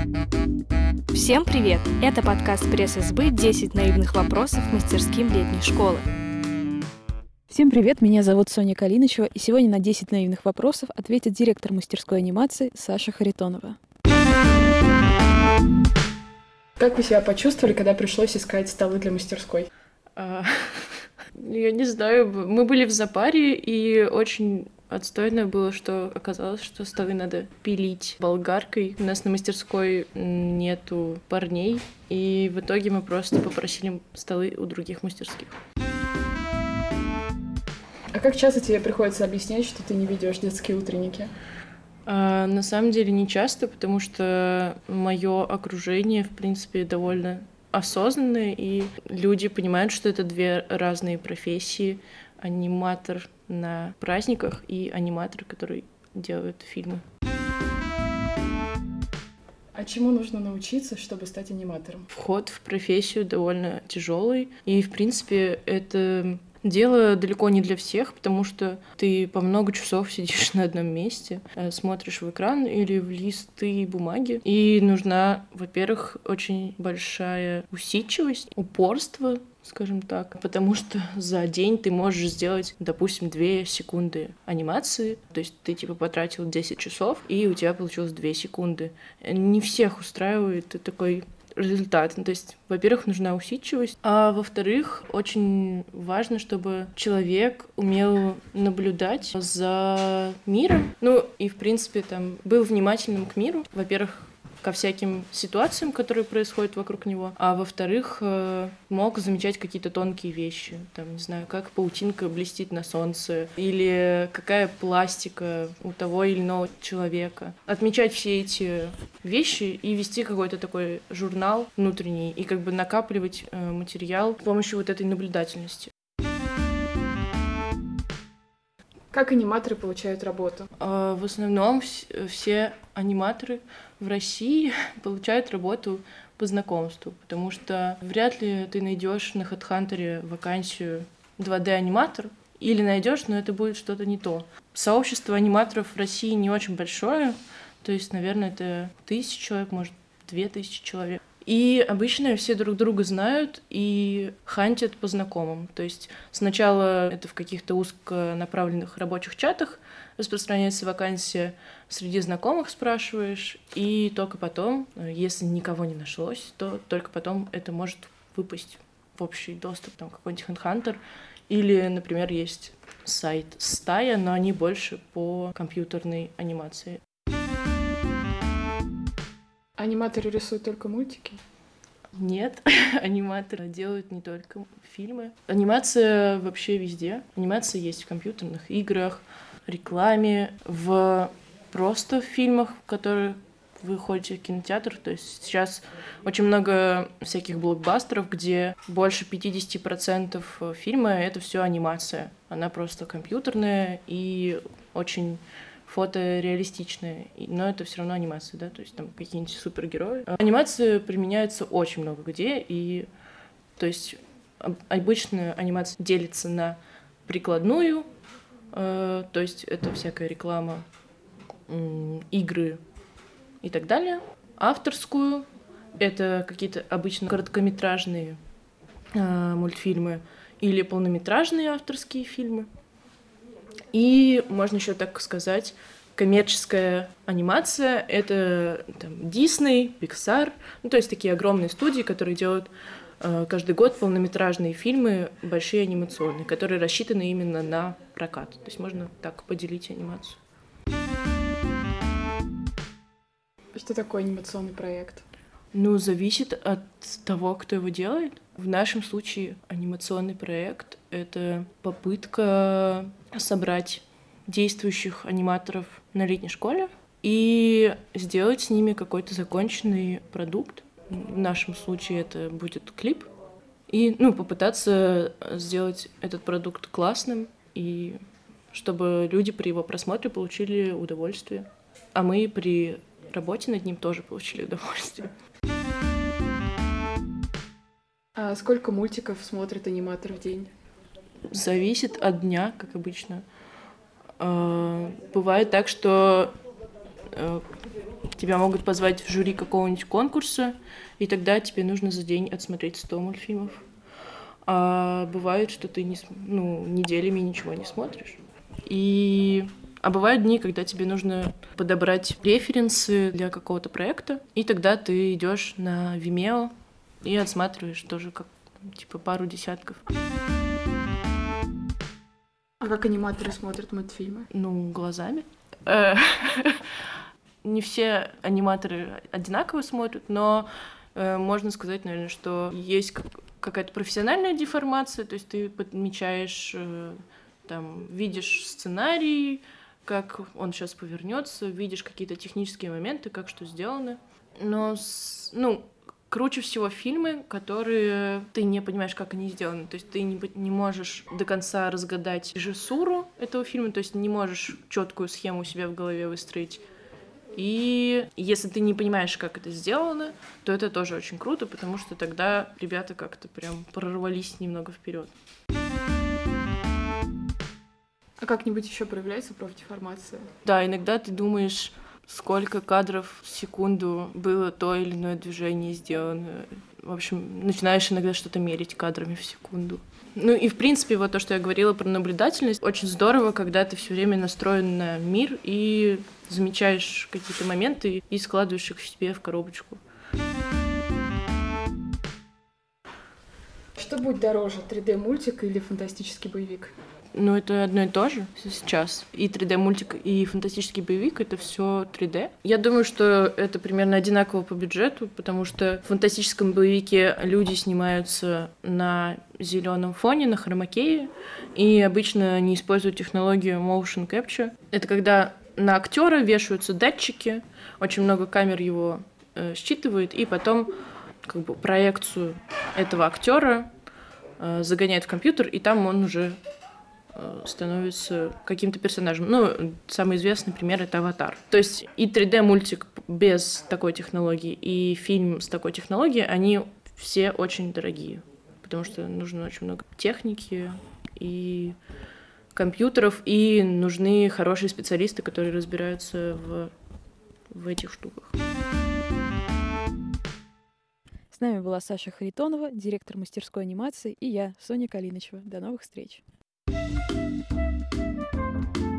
Всем привет! Это подкаст пресс-избы «10 наивных вопросов мастерским летней школы». Всем привет, меня зовут Соня Калиничева, и сегодня на 10 наивных вопросов ответит директор мастерской анимации Саша Харитонова. Как вы себя почувствовали, когда пришлось искать столы для мастерской? Я не знаю, мы были в зоопаре, и очень отстойно было, что оказалось, что столы надо пилить болгаркой. У нас на мастерской нету парней, и в итоге мы просто попросили столы у других мастерских. А как часто тебе приходится объяснять, что ты не ведешь детские утренники? На самом деле не часто, потому что мое окружение, в принципе, довольно осознанное, и люди понимают, что это две разные профессии. Аниматор на праздниках и аниматор, который делает фильмы. А чему нужно научиться, чтобы стать аниматором? Вход в профессию довольно тяжелый, и, в принципе, это дело далеко не для всех, потому что ты по много часов сидишь на одном месте, смотришь в экран или в листы бумаги, и нужна, во-первых, очень большая усидчивость, упорство, скажем так, потому что за день ты можешь сделать, допустим, 2 секунды анимации, то есть ты потратил 10 часов, и у тебя получилось 2 секунды. Не всех устраивает такой результат. То есть, во-первых, нужна усидчивость, а во-вторых, очень важно, чтобы человек умел наблюдать за миром, и, в принципе, был внимательным к миру. Во-первых, ко всяким ситуациям, которые происходят вокруг него, а во-вторых, мог замечать какие-то тонкие вещи, не знаю, как паутинка блестит на солнце, или какая пластика у того или иного человека. Отмечать все эти вещи и вести какой-то такой журнал внутренний, и накапливать материал с помощью этой наблюдательности. Как аниматоры получают работу? В основном все аниматоры в России получают работу по знакомству, потому что вряд ли ты найдешь на HeadHunter вакансию 2D-аниматор, или найдешь, но это будет что-то не то. Сообщество аниматоров в России не очень большое, то есть, наверное, это 1000 человек, может, 2000 человек. И обычно все друг друга знают и хантят по знакомым. То есть сначала это в каких-то узконаправленных рабочих чатах распространяется вакансия, среди знакомых спрашиваешь, и только потом, если никого не нашлось, то только потом это может выпасть в общий доступ, какой-нибудь HeadHunter. Или, например, есть сайт Стая, но они больше по компьютерной анимации. Аниматоры рисуют только мультики? Нет, аниматоры делают не только фильмы. Анимация вообще везде. Анимация есть в компьютерных играх, рекламе, просто в фильмах, в которые вы ходите в кинотеатр. То есть сейчас очень много всяких блокбастеров, где больше 50% фильма — это все анимация. Она просто компьютерная и очень фотореалистичные, но это все равно анимация, да, то есть какие-нибудь супергерои. Анимация применяется очень много где, и то есть обычно анимация делится на прикладную, то есть это всякая реклама, игры и так далее. Авторскую — это какие-то обычно короткометражные мультфильмы или полнометражные авторские фильмы. И, можно еще так сказать, коммерческая анимация — это Disney, Pixar, то есть такие огромные студии, которые делают каждый год полнометражные фильмы, большие анимационные, которые рассчитаны именно на прокат. То есть можно так поделить анимацию. Что такое анимационный проект? Зависит от того, кто его делает. В нашем случае анимационный проект — это попытка собрать действующих аниматоров на летней школе и сделать с ними какой-то законченный продукт. В нашем случае это будет клип. И попытаться сделать этот продукт классным, и чтобы люди при его просмотре получили удовольствие. А мы при работе над ним тоже получили удовольствие. А сколько мультиков смотрит аниматор в день? Зависит от дня, как обычно. Бывает так, что Тебя могут позвать в жюри какого-нибудь конкурса, и тогда тебе нужно за день отсмотреть 100 мультфильмов. А бывает, что ты неделями ничего не смотришь. А бывают дни, когда тебе нужно подобрать референсы для какого-то проекта, и тогда ты идешь на Vimeo и отсматриваешь тоже пару десятков. А как аниматоры смотрят мультфильмы? Глазами. Не все аниматоры одинаково смотрят, но можно сказать, наверное, что есть какая-то профессиональная деформация, то есть ты подмечаешь, видишь сценарий, как он сейчас повернется, видишь какие-то технические моменты, как что сделано. Но, круче всего фильмы, которые ты не понимаешь, как они сделаны. То есть ты не можешь до конца разгадать режиссуру этого фильма, то есть не можешь четкую схему у себя в голове выстроить. И если ты не понимаешь, как это сделано, то это тоже очень круто, потому что тогда ребята как-то прям прорвались немного вперед. А как-нибудь еще проявляется профдеформация? Да, иногда ты думаешь, сколько кадров в секунду было то или иное движение сделано. В общем, начинаешь иногда что-то мерить кадрами в секунду. И, в принципе, вот то, что я говорила про наблюдательность, очень здорово, когда ты все время настроен на мир и замечаешь какие-то моменты и складываешь их себе в коробочку. Что будет дороже, 3D-мультик или фантастический боевик? Это одно и то же сейчас. И 3D-мультик, и фантастический боевик — это все 3D. Я думаю, что это примерно одинаково по бюджету, потому что в фантастическом боевике люди снимаются на зеленом фоне, на хромакее, и обычно не используют технологию motion capture. Это когда на актера вешаются датчики, очень много камер его считывает, и потом проекцию этого актера загоняет в компьютер, и там он уже становится каким-то персонажем. Самый известный пример — это «Аватар». То есть и 3D-мультик без такой технологии, и фильм с такой технологией, они все очень дорогие, потому что нужно очень много техники и компьютеров, и нужны хорошие специалисты, которые разбираются в этих штуках. С нами была Саша Харитонова, директор мастерской анимации, и я, Соня Калиничева. До новых встреч!